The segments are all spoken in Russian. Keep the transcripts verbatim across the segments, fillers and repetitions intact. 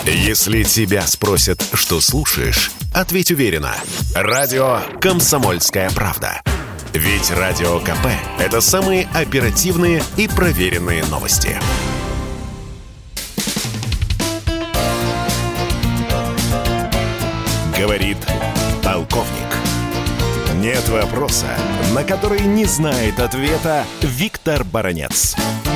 Если тебя спросят, что слушаешь, ответь уверенно. Радио «Комсомольская правда». Ведь Радио КП – это самые оперативные и проверенные новости. Говорит полковник. Нет вопроса, на который не знает ответа Виктор Баранец.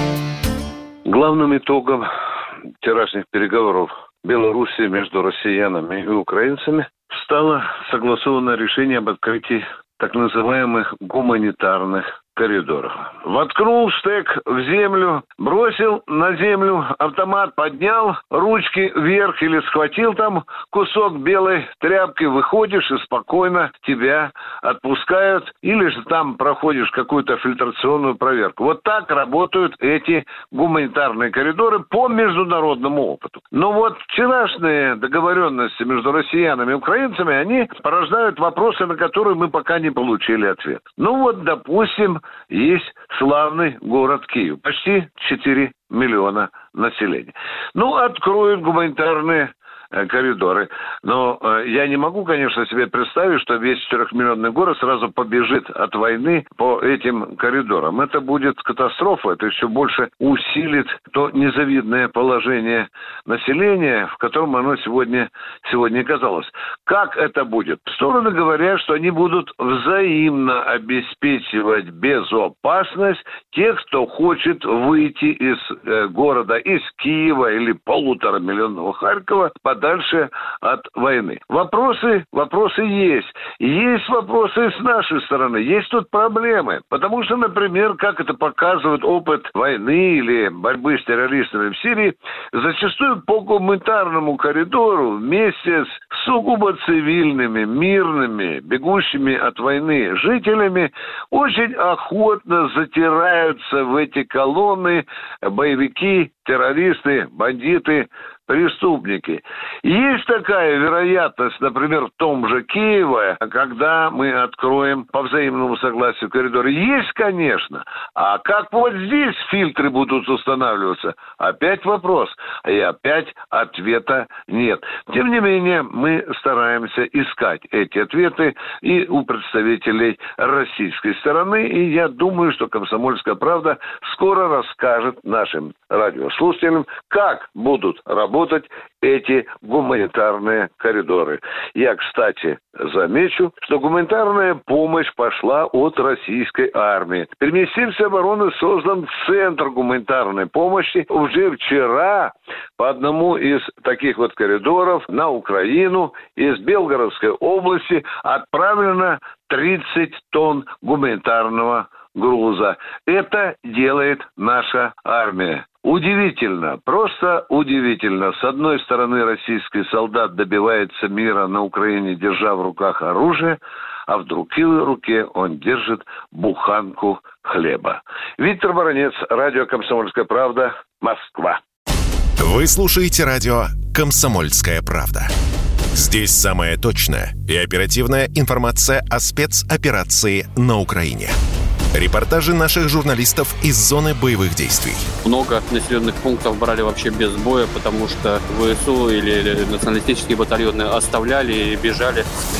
Главным итогом вчерашних переговоров Беларуси между россиянами и украинцами стало согласованное решение об открытии так называемых гуманитарных коридоров. Воткнул штек в землю, бросил на землю автомат, поднял ручки вверх или схватил там кусок белой тряпки, выходишь и спокойно тебя отпускают, или же там проходишь какую-то фильтрационную проверку. Вот так работают эти гуманитарные коридоры по международному опыту. Но вот вчерашние договоренности между россиянами и украинцами, они порождают вопросы, на которые мы пока не получили ответ. Ну вот, допустим, есть славный город Киев. Почти четыре миллиона населения. Ну, откроют гуманитарные э, коридоры. Но э, я не могу, конечно, себе представить, что весь четырехмиллионный город сразу побежит от войны по этим коридорам. Это будет катастрофа. Это еще больше усилит то незавидное положение населения, в котором оно сегодня, сегодня оказалось. Как это будет? Стороны говорят, что они будут взаимно обеспечивать безопасность тех, кто хочет выйти из э, города, из Киева или полуторамиллионного Харькова подальше от войны. Вопросы, вопросы есть. Есть вопросы с нашей стороны. Есть тут проблемы. Потому что, например, как это показывает опыт войны или борьбы с террористами в Сирии, зачастую по гуманитарному коридору вместе с сугубо цивильными, мирными, бегущими от войны жителями очень охотно затираются в эти колонны боевики, террористы, бандиты, преступники. Есть такая вероятность, например, в том же Киеве, когда мы откроем по взаимному согласию коридоры. Есть, конечно. А как вот здесь фильтры будут устанавливаться? Опять вопрос. И опять ответа нет. Тем не менее, мы стараемся искать эти ответы и у представителей российской стороны. И я думаю, что «Комсомольская правда» скоро расскажет нашим радиослушателям, как будут работать работать эти гуманитарные коридоры. Я, кстати, замечу, что гуманитарная помощь пошла от российской армии. При Министерстве обороны создан Центр гуманитарной помощи. Уже вчера по одному из таких вот коридоров на Украину из Белгородской области отправлено тридцать тонн гуманитарного груза. Это делает наша армия. Удивительно, просто удивительно. С одной стороны, российский солдат добивается мира на Украине, держа в руках оружие, а в другой руке он держит буханку хлеба. Виктор Баранец, радио «Комсомольская правда», Москва. Вы слушаете радио «Комсомольская правда». Здесь самая точная и оперативная информация о спецоперации на Украине. Репортажи наших журналистов из зоны боевых действий. Много населенных пунктов брали вообще без боя, потому что ВСУ или националистические батальоны оставляли и бежали.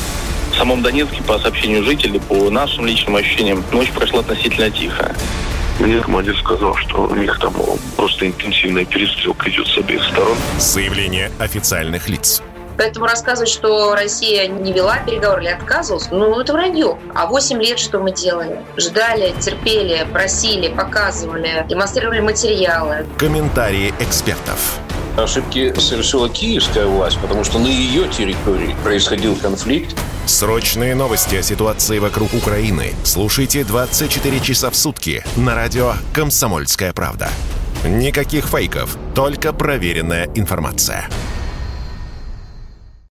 В самом Донецке, по сообщению жителей, по нашим личным ощущениям, ночь прошла относительно тихо. Мне командир сказал, что у них там просто интенсивная перестрелка идет с обеих сторон. Заявление официальных лиц. Поэтому рассказывать, что Россия не вела переговоры или отказывалась, ну, это вранье. А восемь лет что мы делали? Ждали, терпели, просили, показывали, демонстрировали материалы. Комментарии экспертов. Ошибки совершила киевская власть, потому что на ее территории происходил конфликт. Срочные новости о ситуации вокруг Украины слушайте двадцать четыре часа в сутки на радио «Комсомольская правда». Никаких фейков, только проверенная информация.